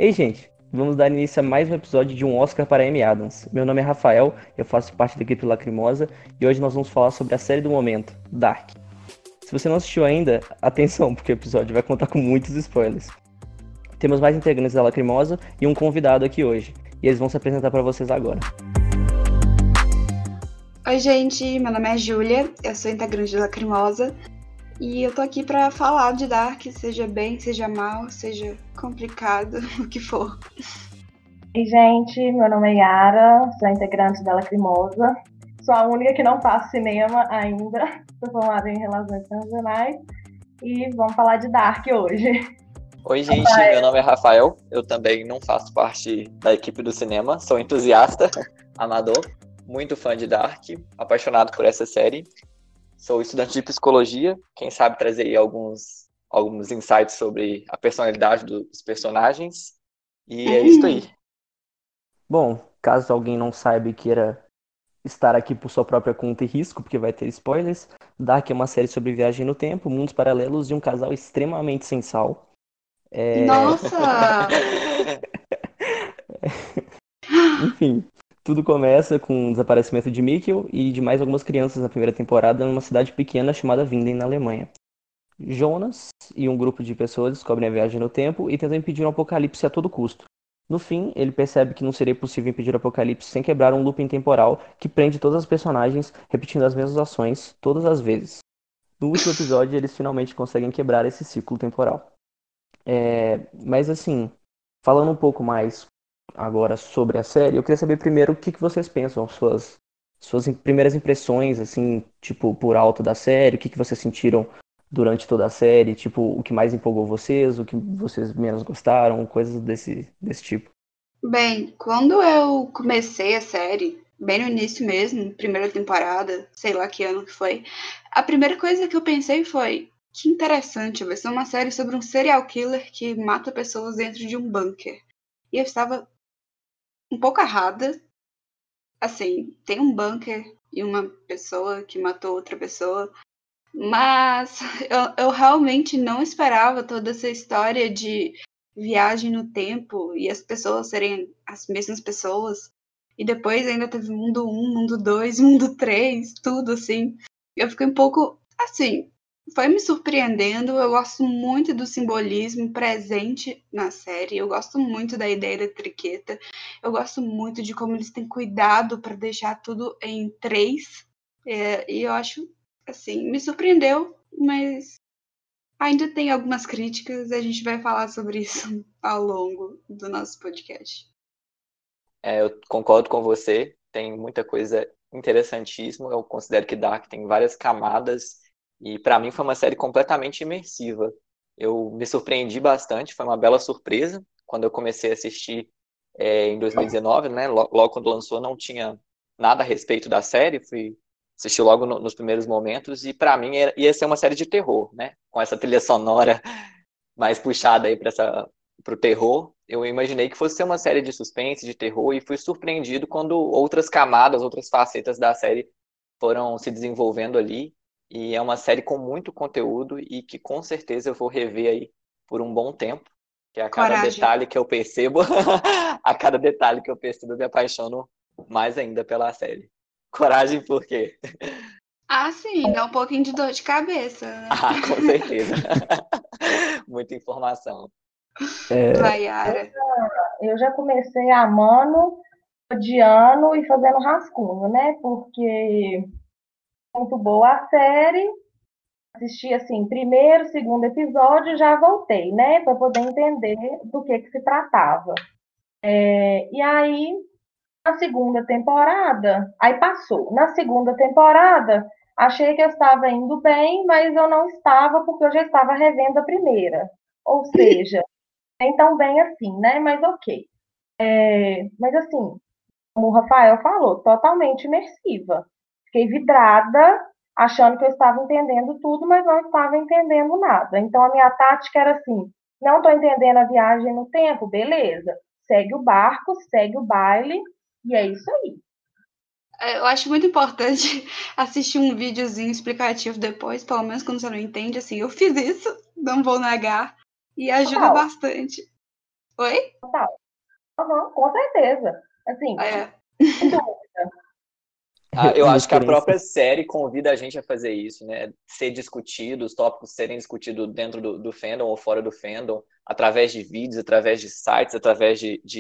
Ei, gente, vamos dar início a mais um episódio de Um Oscar para Amy Adams. Meu nome é Rafael, eu faço parte da equipe Lacrimosa e hoje nós vamos falar sobre a série do momento, Dark. Se você não assistiu ainda, atenção, porque o episódio vai contar com muitos spoilers. Temos mais integrantes da Lacrimosa e um convidado aqui hoje, e eles vão se apresentar para vocês agora. Oi, gente, meu nome é Júlia, eu sou integrante da Lacrimosa e eu tô aqui pra falar de Dark, seja bem, seja mal, seja complicado, o que for. Oi, gente, meu nome é Yara, sou integrante da Lacrimosa, sou a única que não faz cinema ainda, sou formada em Relações Internacionais e vamos falar de Dark hoje. Oi, gente, meu nome é Rafael, eu também não faço parte da equipe do cinema, sou entusiasta, amador, muito fã de Dark, apaixonado por essa série, sou estudante de psicologia, quem sabe trazer aí alguns insights sobre a personalidade dos personagens, e é isso aí. Bom, caso alguém não saiba e queira estar aqui por sua própria conta e risco, porque vai ter spoilers, Dark é uma série sobre viagem no tempo, mundos paralelos e um casal extremamente sem sal. Nossa! Enfim, tudo começa com o desaparecimento de Mikkel e de mais algumas crianças na primeira temporada numa cidade pequena chamada Winden, na Alemanha. Jonas e um grupo de pessoas descobrem a viagem no tempo e tentam impedir um apocalipse a todo custo. No fim, ele percebe que não seria possível impedir o apocalipse sem quebrar um looping temporal que prende todas as personagens repetindo as mesmas ações todas as vezes. No último episódio, eles finalmente conseguem quebrar esse ciclo temporal. Mas assim, falando um pouco mais agora sobre a série, eu queria saber primeiro o que vocês pensam, suas primeiras impressões, assim, tipo, por alto da série, o que vocês sentiram durante toda a série, tipo, o que mais empolgou vocês, o que vocês menos gostaram, coisas desse tipo. Bem, quando eu comecei a série, bem no início mesmo, primeira temporada, sei lá que ano que foi, a primeira coisa que eu pensei foi: que interessante, vai ser uma série sobre um serial killer que mata pessoas dentro de um bunker. E eu estava um pouco errada. Assim, tem um bunker e uma pessoa que matou outra pessoa, mas eu realmente não esperava toda essa história de viagem no tempo e as pessoas serem as mesmas pessoas. E depois ainda teve mundo 1, mundo 2, mundo 3, tudo assim. Eu fiquei um pouco assim, foi me surpreendendo. Eu gosto muito do simbolismo presente na série. Eu gosto muito da ideia da triqueta. Eu gosto muito de como eles têm cuidado para deixar tudo em 3. E eu acho, assim, me surpreendeu, mas ainda tem algumas críticas. A gente vai falar sobre isso ao longo do nosso podcast. Eu concordo com você, tem muita coisa interessantíssima, eu considero que Dark tem várias camadas, e para mim foi uma série completamente imersiva. Eu me surpreendi bastante, foi uma bela surpresa, quando eu comecei a assistir em 2019, né, logo quando lançou, não tinha nada a respeito da série, fui assistir logo nos primeiros momentos, e para mim ia ser uma série de terror, né, com essa trilha sonora mais puxada aí para o terror. Eu imaginei que fosse ser uma série de suspense, de terror, e fui surpreendido quando outras camadas, outras facetas da série foram se desenvolvendo ali. E é uma série com muito conteúdo e que com certeza eu vou rever aí por um bom tempo, que a cada Coragem. detalhe que eu percebo, a cada detalhe que eu percebo, eu me apaixono mais ainda pela série. Coragem por quê? Ah, sim, dá um pouquinho de dor de cabeça, né? Ah, com certeza. Muita informação. Vai, Yara. Eu já comecei amando, odiando e fazendo rascunho, né? Porque é muito boa a série, assisti assim, primeiro, segundo episódio, já voltei, né? Para poder entender do que se tratava. E aí, na segunda temporada, aí passou. Na segunda temporada, achei que eu estava indo bem, mas eu não estava porque eu já estava revendo a primeira. Ou seja, nem tão bem assim, né? Mas ok. Mas assim, como o Rafael falou, totalmente imersiva. Fiquei vidrada, achando que eu estava entendendo tudo, mas não estava entendendo nada. Então a minha tática era assim: não estou entendendo a viagem no tempo, beleza. Segue o barco, segue o baile, e é isso aí. Eu acho muito importante assistir um videozinho explicativo depois, pelo menos quando você não entende, assim, eu fiz isso, não vou negar, e ajuda Total. bastante. Oi? Total. Uhum, com certeza. Assim, É. sem dúvida. Eu Uma acho que a experiência. própria série convida a gente a fazer isso, né? Ser discutido, os tópicos serem discutidos dentro do fandom ou fora do fandom, através de vídeos, através de sites, através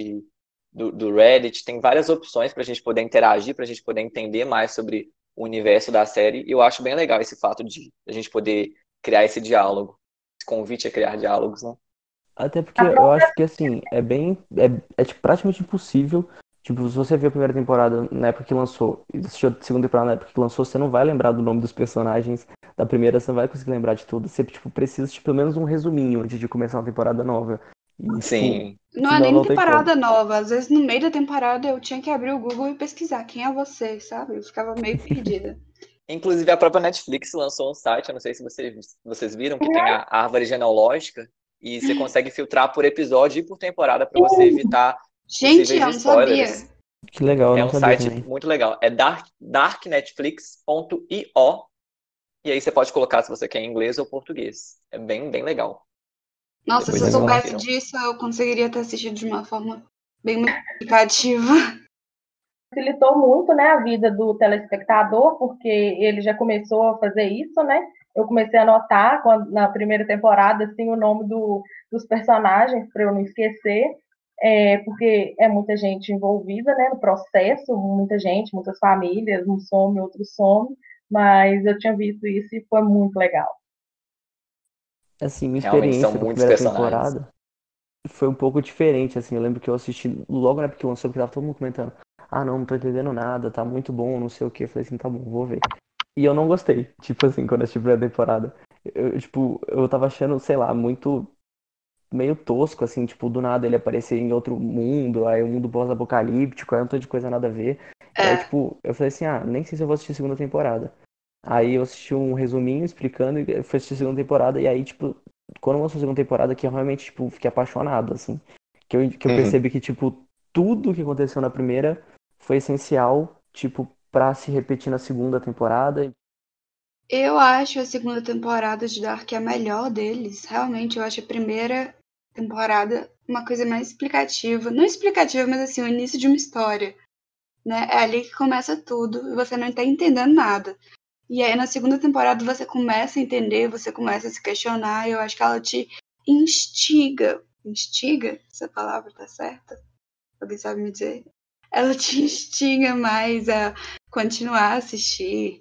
do Reddit. Tem várias opções para a gente poder interagir, para a gente poder entender mais sobre o universo da série. E eu acho bem legal esse fato de a gente poder criar esse diálogo, esse convite a criar diálogos, né? Até porque A eu própria acho que assim, tipo, praticamente impossível. Tipo, se você viu a primeira temporada na época que lançou e assistiu a segunda temporada na época que lançou, você não vai lembrar do nome dos personagens da primeira, você não vai conseguir lembrar de tudo. Você, tipo, precisa de pelo menos um resuminho antes de começar uma temporada nova. E, tipo, Sim. Não é senão nem não tem como. temporada nova. Às vezes, no meio da temporada, eu tinha que abrir o Google e pesquisar quem é você, sabe? Eu ficava meio perdida. Inclusive, a própria Netflix lançou um site, eu não sei se vocês viram, que tem a árvore genealógica, e você consegue filtrar por episódio e por temporada para você evitar Gente, possíveis eu não sabia. spoilers. Que legal, eu É não um sabia site também. muito legal. É darknetflix.io, e aí você pode colocar se você quer em inglês ou português. É bem, bem legal. Nossa, se Depois eu vocês Legal. soubesse confiram. disso, eu conseguiria ter assistido de uma forma bem mais explicativa. facilitou muito, né, a vida do telespectador, porque ele já começou a fazer isso, né? Eu comecei a anotar na primeira temporada assim o nome dos personagens para eu não esquecer, porque é muita gente envolvida, né, no processo, muita gente, muitas famílias, um some, outro some, mas eu tinha visto isso e foi muito legal. Assim, minha Realmente são experiência com a muitos primeira personagens. temporada foi um pouco diferente, assim. Eu lembro que eu assisti logo na época que lançou, porque tava todo mundo comentando. Ah, não tô entendendo nada, tá muito bom, não sei o que. Eu falei assim, tá bom, vou ver. E eu não gostei, tipo assim, quando eu assisti a primeira temporada. Tipo, eu tava achando, sei lá, muito meio tosco, assim, tipo, do nada ele aparecer em outro mundo, aí um mundo pós-apocalíptico, aí um tanto de coisa nada a ver. E aí, É, tipo, eu falei assim, ah, nem sei se eu vou assistir a segunda temporada. Aí eu assisti um resuminho explicando e eu fui assistir a segunda temporada, e aí, tipo, quando lançou a segunda temporada, que eu realmente, tipo, fiquei apaixonado, assim. Que eu Uhum. percebi que, tipo, tudo que aconteceu na primeira foi essencial, tipo, pra se repetir na segunda temporada. eu acho a segunda temporada de Dark a melhor deles. Realmente, eu acho a primeira temporada uma coisa mais explicativa. Não explicativa, mas assim, o início de uma história, né? É ali que começa tudo e você não tá entendendo nada. E aí na segunda temporada você começa a entender, você começa a se questionar, e eu acho que ela te instiga. Instiga? Essa palavra tá certa? Alguém sabe me dizer? Ela te instiga mais a continuar a assistir.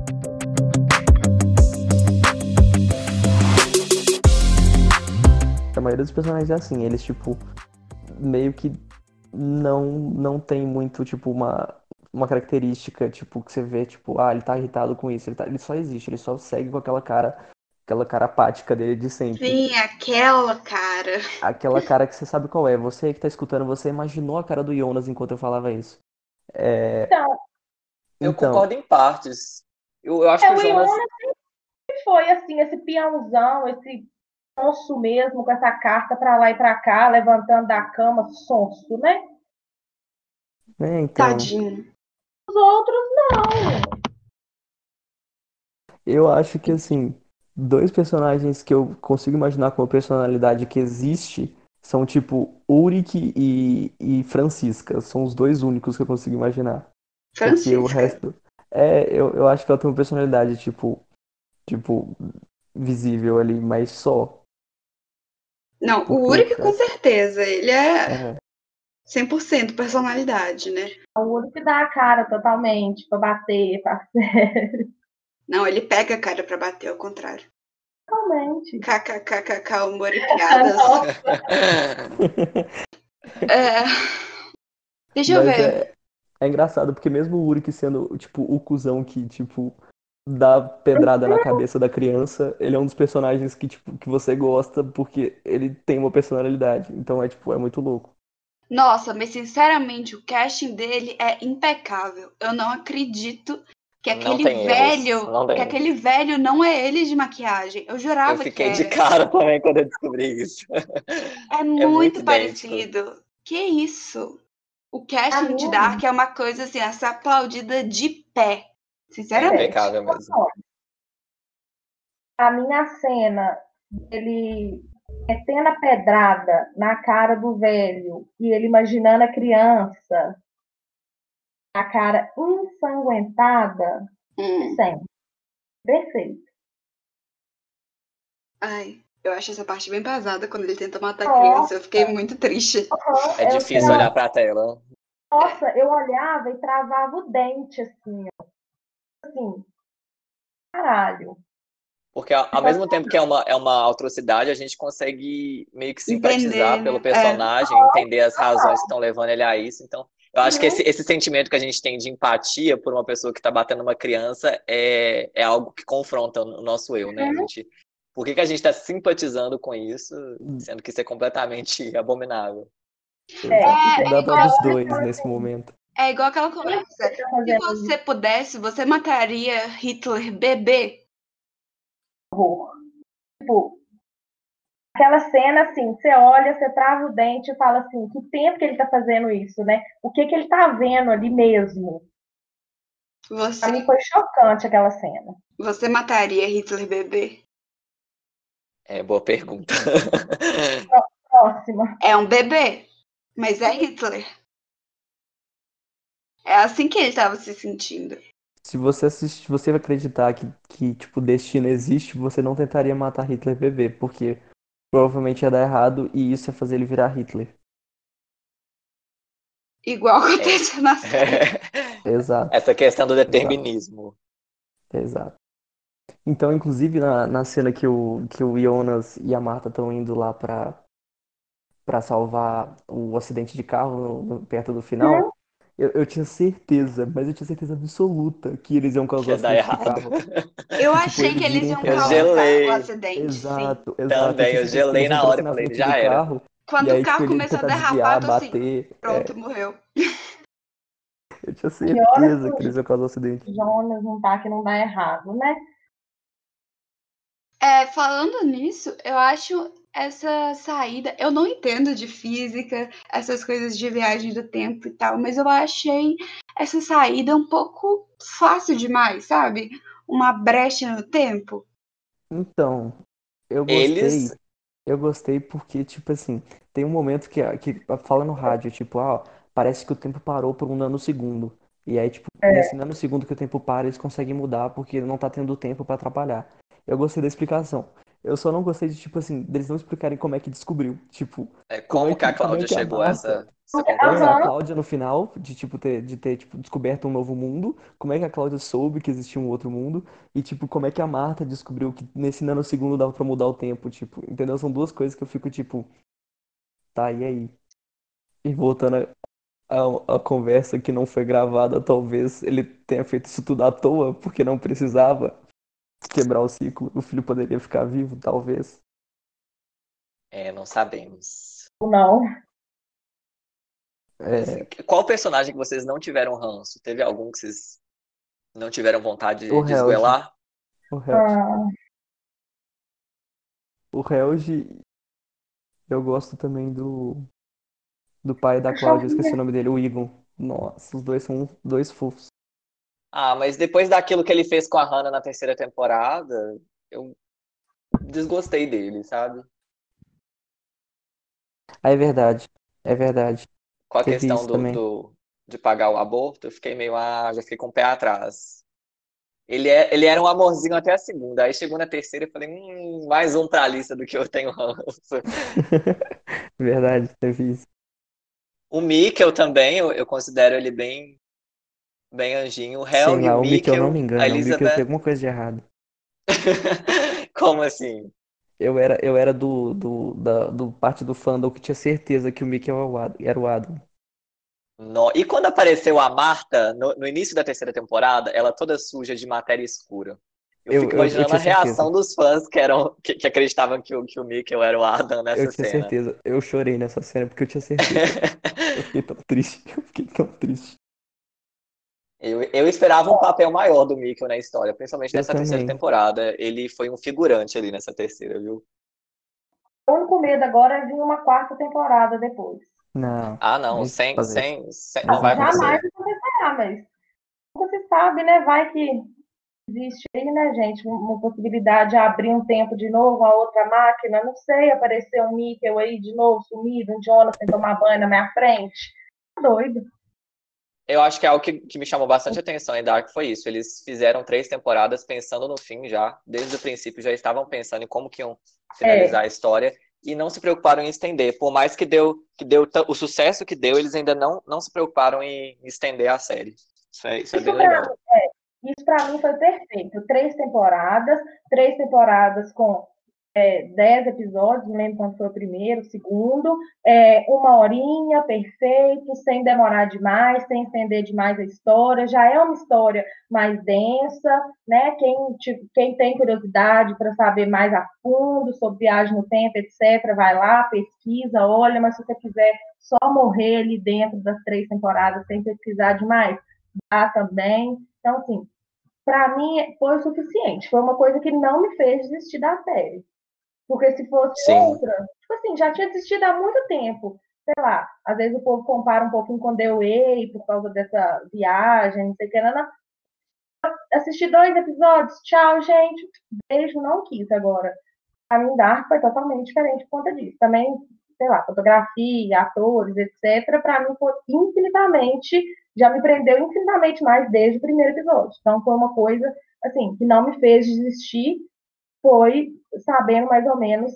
A maioria dos personagens é assim, eles, tipo, meio que não tem muito, tipo, uma característica, tipo, que você vê, tipo, ah, ele tá irritado com isso, ele só existe, ele só segue com aquela cara apática dele de sempre. Sim, aquela cara. Aquela cara que você sabe qual é. Você que tá escutando, você imaginou a cara do Jonas enquanto eu falava isso. É, Então, Eu então, concordo em partes. Eu acho que o o Jonas. Iona foi assim, esse peãozão, esse sonso mesmo, com essa carta para lá e para cá, levantando da cama, sonso, né? então, Tadinho. Os outros não. eu acho que, assim, dois personagens que eu consigo imaginar com a personalidade que existe são, tipo, Ulrich e Francisca. São os dois únicos que eu consigo imaginar. Porque o Francisca. resto. Eu acho que ela tem uma personalidade, tipo, visível ali, mas só. Não, o Porque o Uric com resto. certeza. Ele é É, 100% personalidade, né? O único que dá a cara totalmente para bater, pra... Não, ele pega a cara pra bater, ao contrário. totalmente. KKKKK, humor e piadas. É, deixa eu mas ver. é engraçado, porque mesmo o Ulrich sendo, tipo, o cuzão que, tipo, dá pedrada na cabeça da criança, ele é um dos personagens que, tipo, que você gosta porque ele tem uma personalidade. Então é, tipo, é muito louco. Nossa, mas sinceramente, o casting dele é impecável. Eu não acredito Não tem erros. Não que tem. aquele velho não é ele de maquiagem. Eu Eu jurava que fiquei de era. cara também quando eu descobri isso. É É muito muito idêntico. parecido. Que isso? O casting de Amigo, Dark é uma coisa assim, a ser aplaudida de pé. É Sinceramente. impecável mesmo. a minha cena dele metendo a pedrada na cara do velho e ele imaginando a criança, a cara ensanguentada, Hum. sem. Perfeito. Ai, eu acho essa parte bem pesada quando ele tenta matar a criança. Eu fiquei muito triste. É difícil olhar pra tela. Nossa, eu olhava e travava o dente, assim, ó. Assim, caralho. Porque ao mesmo tempo que é uma atrocidade, a gente consegue meio que simpatizar Entender, pelo né? personagem, entender as razões que estão levando ele a isso. Então, eu acho que esse sentimento que a gente tem de empatia por uma pessoa que está batendo uma criança é algo que confronta o nosso eu, né? Por que a gente está simpatizando com isso, sendo que isso é completamente abominável? Exato. Dá dó dos dois Então, nesse assim, momento. É igual aquela conversa. Se você pudesse, você mataria Hitler bebê? Tipo, aquela cena, assim, você olha, você trava o dente e fala assim, que tempo que ele tá fazendo isso, né? O que que ele tá vendo ali mesmo? Pra mim foi chocante aquela cena. Você mataria Hitler bebê? É, boa pergunta. Próxima. É um bebê, mas é Hitler. É assim que ele estava se sentindo. Se você assistir, você vai acreditar que tipo, destino existe, você não tentaria matar Hitler bebê, porque provavelmente ia dar errado e isso ia fazer ele virar Hitler. Igual aconteceu na série. Exato, Essa questão do exato, determinismo. exato. Então, inclusive, na cena que o Jonas e a Marta estão indo lá pra salvar o acidente de carro perto do final, eu tinha certeza, mas eu tinha certeza absoluta que eles iam Que causar o ia dar acidente de errado. carro. Eu Tipo, achei que eles eles irem iam pra Eu lá. causar o gelei acidente, sim. Exato, exato. Eu também, tinha eu certeza que eles gelei iam na pra hora, assim eu na falei, frente do já era. carro. E Quando o aí, tipo, carro ele ia começou a tentar derrapar, desviar, eu tô assim, bater. pronto, morreu. Eu tinha Que horas certeza que eles iam causar o acidente. que o Jonas não tá que não dá errado, né? Falando nisso, eu acho essa saída. Eu não entendo de física, essas coisas de viagem do tempo e tal, mas eu achei essa saída um pouco fácil demais, sabe? Uma brecha no tempo. Então, eu gostei. Eles. Eu gostei porque, tipo assim, tem um momento que fala no rádio, tipo, parece que o tempo parou por um nanosegundo. E aí, tipo, nesse nanosegundo que o tempo para, eles conseguem mudar porque não tá tendo tempo pra atrapalhar. Eu gostei da explicação. Eu só não gostei de, tipo assim, deles não explicarem como é que descobriu. Tipo, como é Como que a como é Cláudia que a chegou a Marta. essa A Aham. conclusão? Cláudia no final, de tipo ter tipo, descoberto um novo mundo, como é que a Cláudia soube que existia um outro mundo, e tipo, como é que a Marta descobriu que nesse nanosegundo dava pra mudar o tempo, tipo, entendeu? São duas coisas que eu fico tipo, tá, e aí? E voltando a conversa que não foi gravada, talvez ele tenha feito isso tudo à toa, porque não precisava quebrar o ciclo, o filho poderia ficar vivo, talvez. É, não sabemos. Não. Mas assim, É, qual personagem que vocês não tiveram ranço? Teve algum que vocês não tiveram vontade o de Helge, esgoelar? o Helge. Ah, O Helge, eu gosto também do pai da Cláudia, eu esqueci o cachorrinha. nome dele, o Igon. Nossa, os dois são dois fofos. Ah, mas depois daquilo que ele fez com a Hannah na terceira temporada, eu desgostei dele, sabe? Ah, é verdade, é verdade. Com a Teve questão isso também. de pagar o aborto, eu fiquei meio, já fiquei com o pé atrás. Ele era um amorzinho até a segunda, aí chegou na terceira e falei, mais um pra lista do que eu tenho ranço. Verdade, teve isso. O Mikkel também, eu considero ele bem anjinho. O Sei Helg, o lá, o Mikkel não me Mikkel, a engana, o Mikkel tem Elizabeth. alguma coisa de errado. Como assim? Eu era do parte do fandom que tinha certeza que o Mikkel era o Adam. E quando apareceu a Marta, no início da terceira temporada, ela toda suja de matéria escura. Eu Eu, fico eu imaginando a tinha certeza. reação dos fãs que acreditavam que o Mikkel era o Adam Eu nessa tinha cena. certeza. Eu chorei nessa cena porque eu tinha certeza. Eu fiquei tão triste. Eu fiquei tão triste. Eu esperava um papel maior do Mikkel na história, principalmente Eu nessa terceira também. temporada. Ele foi um figurante ali nessa terceira, viu? O único medo agora é vir uma quarta temporada depois. Não, Ah, não, não fazer isso. não vai Jamais acontecer. acontecerá, mas nunca se sabe, né? Vai que existe aí, né, gente, uma possibilidade de abrir um tempo de novo, uma outra máquina, não sei, aparecer um Mikkel aí de novo, sumido, um Jonas sem tomar banho na minha frente. Tá doido. Eu acho que algo que me chamou bastante atenção em Dark foi isso. Eles fizeram 3 temporadas pensando no fim já. Desde o princípio já estavam pensando em como que iam finalizar a história e não se preocuparam em estender. Por mais que deu o sucesso que deu, eles ainda não se preocuparam em estender a série. Isso é bem legal. Isso para mim foi perfeito. 3 temporadas com 10 episódios, não lembro quando foi o primeiro, o segundo, 1 horinha, perfeito, sem demorar demais, sem estender demais a história. Já é uma história mais densa, né? Quem tem curiosidade para saber mais a fundo sobre viagem no tempo, etc., vai lá, pesquisa, olha, mas se você quiser só morrer ali dentro das 3 temporadas sem pesquisar demais, dá também. Então, assim, para mim foi o suficiente. Foi uma coisa que não me fez desistir da série. Porque se fosse outra, tipo assim, já tinha desistido há muito tempo. Sei lá, às vezes o povo compara um pouquinho com The Way por causa dessa viagem, não sei o que, não. Assisti 2 episódios, tchau, gente. Beijo, não quis agora. A mim, Dark foi totalmente diferente por conta disso. Também, sei lá, fotografia, atores, etc., para mim foi infinitamente, já me prendeu infinitamente mais desde o primeiro episódio. Então foi uma coisa, assim, que não me fez desistir, foi sabendo mais ou menos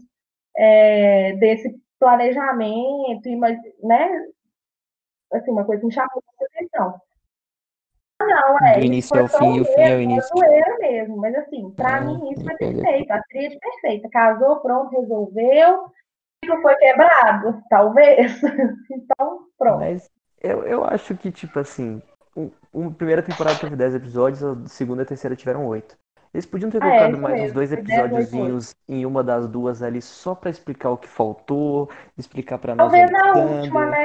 desse planejamento, e, né, assim, uma coisa que me chamou muita atenção. Não, Do início ao fim e o fim ao início. Zoeira mesmo, mas assim, pra mim isso foi perfeito, a tríade perfeita. Casou, pronto, resolveu, não foi quebrado, talvez. Então, pronto. Mas eu acho que, tipo assim, a primeira temporada teve 10 episódios, a segunda e a terceira tiveram 8. Eles podiam ter colocado mais uns 2 episódiozinhos em uma das duas ali, só pra explicar o que faltou, explicar pra nós. Talvez na última, né?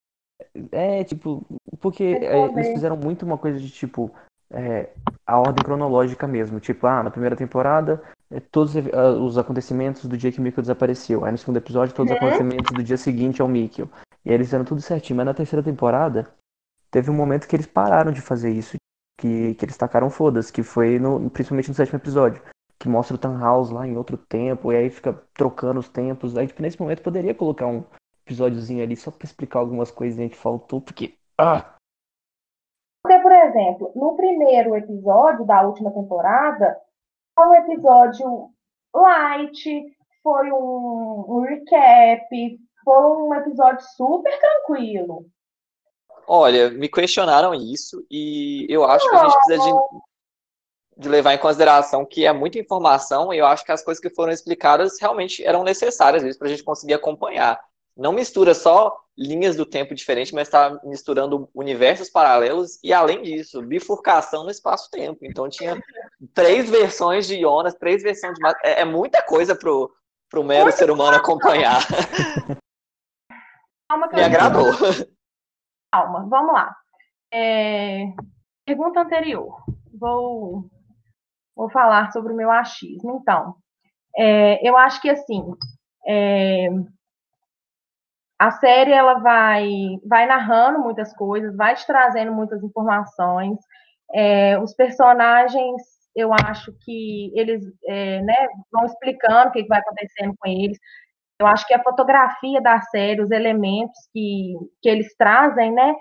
Tipo, porque eles fizeram muito uma coisa de, tipo, a ordem cronológica mesmo. Tipo, na primeira temporada, todos os acontecimentos do dia que o Mikkel desapareceu. Aí no segundo episódio, todos os acontecimentos do dia seguinte ao Mikkel. E aí eles fizeram tudo certinho. Mas na terceira temporada, teve um momento que eles pararam de fazer isso. Que eles tacaram foda-se, que foi principalmente no 7º episódio. Que mostra o Tannhaus lá em outro tempo, e aí fica trocando os tempos. Aí, tipo, nesse momento poderia colocar um episódiozinho ali só pra explicar algumas coisinhas que faltou, porque. Porque, por exemplo, no primeiro episódio da última temporada, foi um episódio light, foi um recap, foi um episódio super tranquilo. Olha, me questionaram isso e eu acho que a gente precisa de levar em consideração que é muita informação e eu acho que as coisas que foram explicadas realmente eram necessárias para a gente conseguir acompanhar. Não mistura só linhas do tempo diferentes, mas está misturando universos paralelos e, além disso, bifurcação no espaço-tempo. Então tinha 3 versões de Jonas, 3 versões de... É muita coisa pro mero ser humano acompanhar. Me agradou. Calma, vamos lá. Pergunta anterior. Vou falar sobre o meu achismo. Então, eu acho que, assim, a série ela vai narrando muitas coisas, vai te trazendo muitas informações. Os personagens, eu acho que eles vão explicando o que vai acontecendo com eles. Eu acho que a fotografia da série, os elementos que eles trazem, né?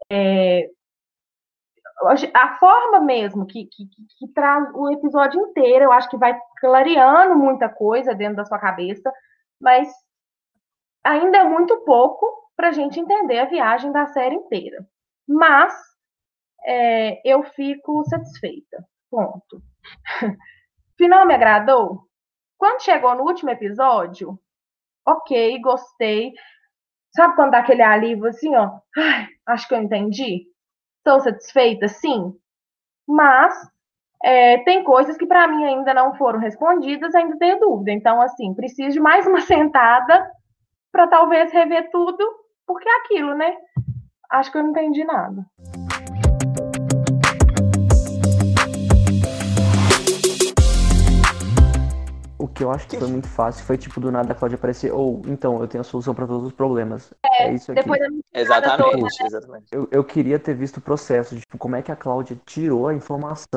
A forma mesmo que traz o episódio inteiro, eu acho que vai clareando muita coisa dentro da sua cabeça, mas ainda é muito pouco para a gente entender a viagem da série inteira. Mas eu fico satisfeita. Ponto. Final me agradou? Quando chegou no último episódio, ok, gostei. Sabe quando dá aquele alívio assim, ó? Ai, acho que eu entendi. Estou satisfeita, sim. Mas tem coisas que para mim ainda não foram respondidas, ainda tenho dúvida. Então, assim, preciso de mais uma sentada para talvez rever tudo, porque é aquilo, né? Acho que eu não entendi nada. O que eu acho que foi muito fácil foi, tipo, do nada a Cláudia aparecer, então, eu tenho a solução para todos os problemas. É isso aqui. Exatamente. Eu queria ter visto o processo, de, tipo, como é que a Cláudia tirou a informação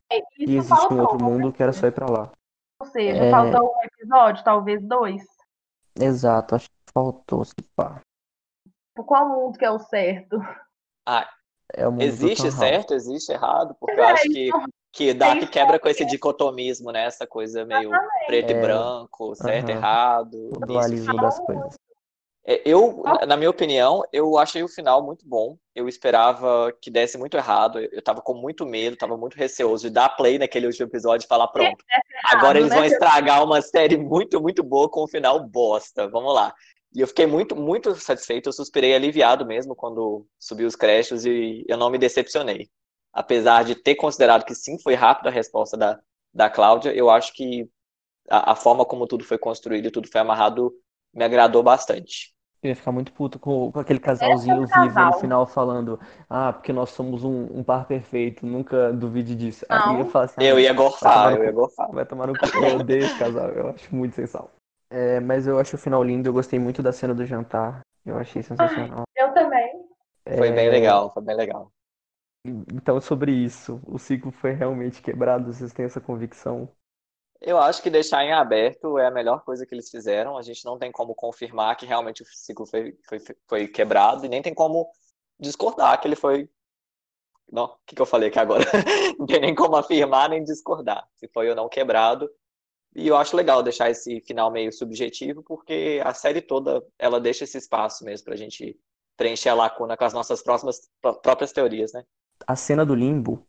E Isso existe um outro faltou, mundo que era só ir pra lá. ou seja, É, faltou um episódio, talvez dois. exato, acho que faltou, se pá. Qual mundo que é o certo? Ah, É o mundo do existe Turnhouse. certo, existe errado, porque eu É, acho então, que aí Dark quebra com esse dicotomismo, né? Essa coisa meio preto e É, branco, certo, aham, o errado, isso dualismo das fica. coisas. Eu, na minha opinião, eu achei o final muito bom. Eu esperava que desse muito errado. Eu tava com muito medo, tava muito receoso de dar play naquele último episódio e falar, pronto. Agora errado, eles né? vão estragar uma série muito, muito boa com um final bosta. Vamos lá. E eu fiquei muito, muito satisfeito. Eu suspirei aliviado mesmo quando subiu os créditos e eu não me decepcionei. Apesar de ter considerado que sim, foi rápida a resposta da Cláudia, eu acho que a forma como tudo foi construído e tudo foi amarrado me agradou bastante. Eu ia ficar muito puto com aquele Esse é casalzinho o vivo no casal. final falando, ah, porque nós somos um par perfeito, nunca duvide disso. Aí eu ia Não, falar assim, ah, vai tomar no Eu ia cu, gorfar. vai tomar no cu. Eu odeio esse casal, eu acho muito sem sal. É, mas eu acho o final lindo, eu gostei muito da cena do jantar, eu achei sensacional. eu também. Foi bem É, legal, foi bem legal. então, sobre isso, o ciclo foi realmente quebrado, vocês têm essa convicção? Eu acho que deixar em aberto é a melhor coisa que eles fizeram. A gente não tem como confirmar que realmente o ciclo foi quebrado e nem tem como discordar que ele foi. Não, o que eu falei aqui agora? Não tem nem como afirmar nem discordar se foi ou não quebrado. E eu acho legal deixar esse final meio subjetivo, porque a série toda ela deixa esse espaço mesmo pra gente preencher a lacuna com as nossas próprias teorias, né? A cena do limbo,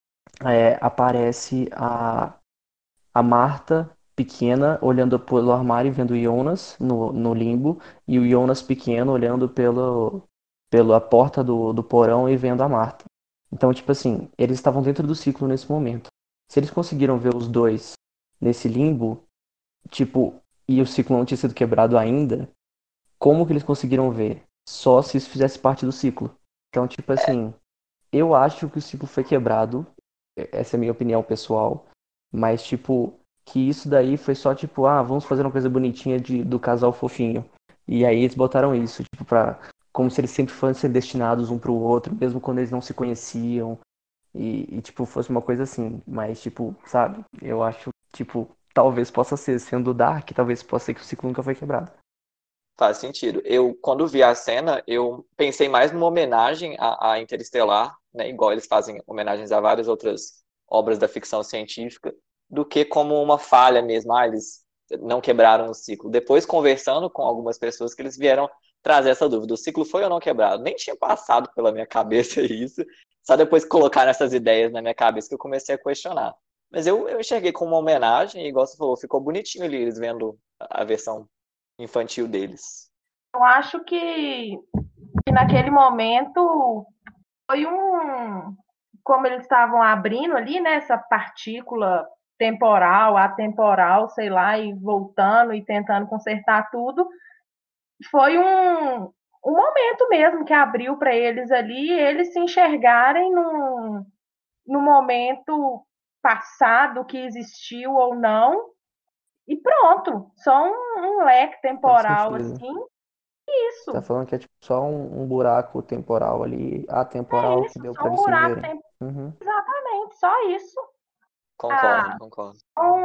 aparece a Marta pequena olhando pelo armário e vendo o Jonas no limbo, e o Jonas pequeno olhando pela porta do porão e vendo a Marta. Então, tipo assim, eles estavam dentro do ciclo nesse momento. Se eles conseguiram ver os dois nesse limbo, tipo, e o ciclo não tinha sido quebrado ainda, como que eles conseguiram ver? Só se isso fizesse parte do ciclo. Então, tipo assim, eu acho que o ciclo foi quebrado. Essa é a minha opinião pessoal. Mas, tipo, que isso daí foi só, tipo, ah, vamos fazer uma coisa bonitinha do casal fofinho. E aí eles botaram isso, tipo, como se eles sempre fossem destinados um pro outro, mesmo quando eles não se conheciam. Tipo, fosse uma coisa assim. Mas, tipo, sabe? Eu acho, tipo, talvez possa ser, sendo Dark, talvez possa ser que o ciclo nunca foi quebrado. Faz sentido. Eu, quando vi a cena, eu pensei mais numa homenagem a Interestelar, né? Igual eles fazem homenagens a várias outras obras da ficção científica, do que como uma falha mesmo. Ah, eles não quebraram o ciclo. Depois, conversando com algumas pessoas, que eles vieram trazer essa dúvida. O ciclo foi ou não quebrado? Nem tinha passado pela minha cabeça isso. Só depois que colocaram essas ideias na minha cabeça que eu comecei a questionar. Mas eu enxerguei como uma homenagem, e igual você falou, ficou bonitinho ali, eles vendo a versão infantil deles. Eu acho que naquele momento foi um. Como eles estavam abrindo ali, né, essa partícula temporal, atemporal, sei lá, e voltando e tentando consertar tudo, foi um momento mesmo que abriu para eles ali, eles se enxergarem no momento passado que existiu ou não, e pronto, só um leque Faz temporal sentido. assim, Você tá isso. falando que é tipo só um buraco temporal ali, É atemporal, que isso, deu só pra um eles se buraco verem. temporal, Uhum. exatamente, só isso. Concordo, Ah, concordo.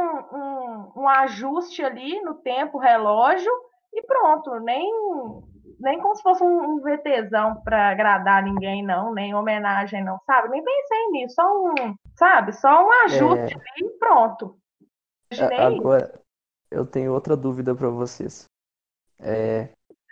um ajuste ali no tempo, relógio, e pronto, nem como se fosse um VTzão para agradar ninguém, não, nem homenagem, não, sabe? Nem pensei nisso, sabe? Só um ajuste É, ali e pronto. Imaginei isso. agora eu tenho outra dúvida pra vocês. É,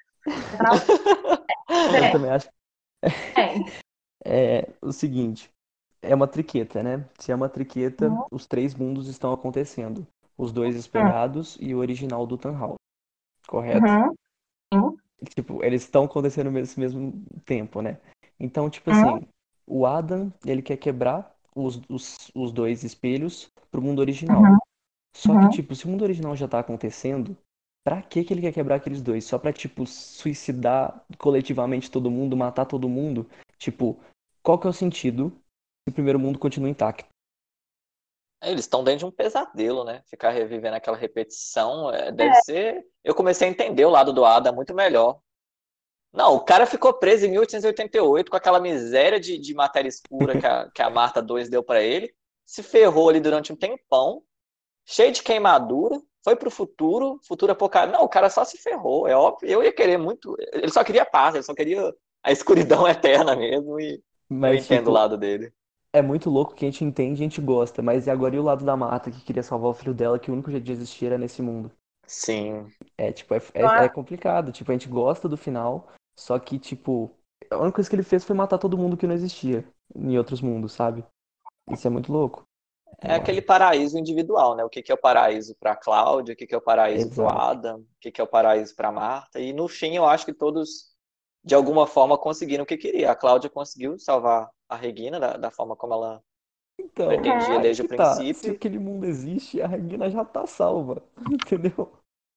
eu Tem, também acho que tem. é o seguinte, é uma triqueta, né? Se é uma triqueta, Uhum, os três mundos estão acontecendo. Os dois espelhados e o original do Tannhaus, correto? uhum, uhum, Tipo, eles estão acontecendo nesse mesmo tempo, né? Então, tipo uhum, assim, o Adam, ele quer quebrar os dois espelhos pro mundo original. uhum, Só que, uhum. tipo, se o mundo original já tá acontecendo, pra que ele quer quebrar aqueles dois? Só pra, tipo, suicidar coletivamente todo mundo, matar todo mundo? Tipo, qual que é o sentido se o primeiro mundo continua intacto? Eles estão dentro de um pesadelo, né? Ficar revivendo aquela repetição deve É, ser. Eu comecei a entender o lado do Ada muito melhor. Não, o cara ficou preso em 1888 com aquela miséria de matéria escura que a Marta 2 deu pra ele. se ferrou ali durante um tempão, cheio de queimadura, foi pro futuro apocalipse. Não, o cara só se ferrou, é óbvio. Eu ia querer muito. Ele só queria paz, ele só queria a escuridão eterna mesmo. E eu entendo o lado dele. É muito louco que a gente entende e a gente gosta, mas e agora e o lado da Marta que queria salvar o filho dela, que o único jeito de existir era nesse mundo? Sim. É complicado. Tipo, a gente gosta do final, só que, tipo, a única coisa que ele fez foi matar todo mundo que não existia em outros mundos, sabe? Isso é muito louco. É aquele paraíso individual, né? O que é o paraíso para Cláudia, o que é o paraíso para o Exato. Adam, o que é o paraíso para Marta. E no fim, eu acho que todos, de alguma forma, conseguiram o que queria. A Cláudia conseguiu salvar a Regina da forma como ela Então, pretendia aí desde que o tá. Se princípio. aquele mundo existe, a Regina já tá salva. Entendeu?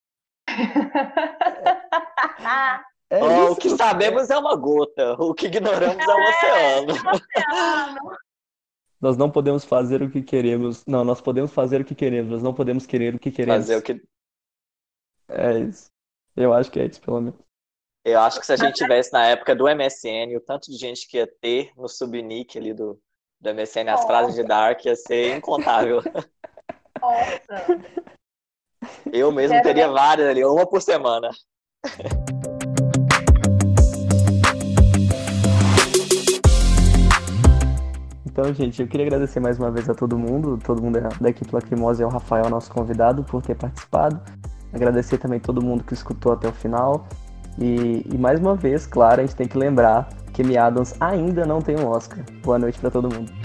É O isso que sabemos é uma gota, o que ignoramos é um oceano. Nós não podemos fazer o que queremos. Não, nós podemos fazer o que queremos, nós não podemos querer o que queremos. Fazer o que. É isso. Eu acho que é isso, pelo menos. Eu acho que se a gente tivesse na época do MSN, o tanto de gente que ia ter no subnick ali do MSN, as frases de Dark, ia ser incontável. Nossa. Eu mesmo teria várias ali, uma por semana. Então, gente, eu queria agradecer mais uma vez a todo mundo da equipe Lacrimosa e ao Rafael, nosso convidado, por ter participado. Agradecer também todo mundo que escutou até o final. E mais uma vez, claro, a gente tem que lembrar que Amy Adams ainda não tem um Oscar. Boa noite pra todo mundo.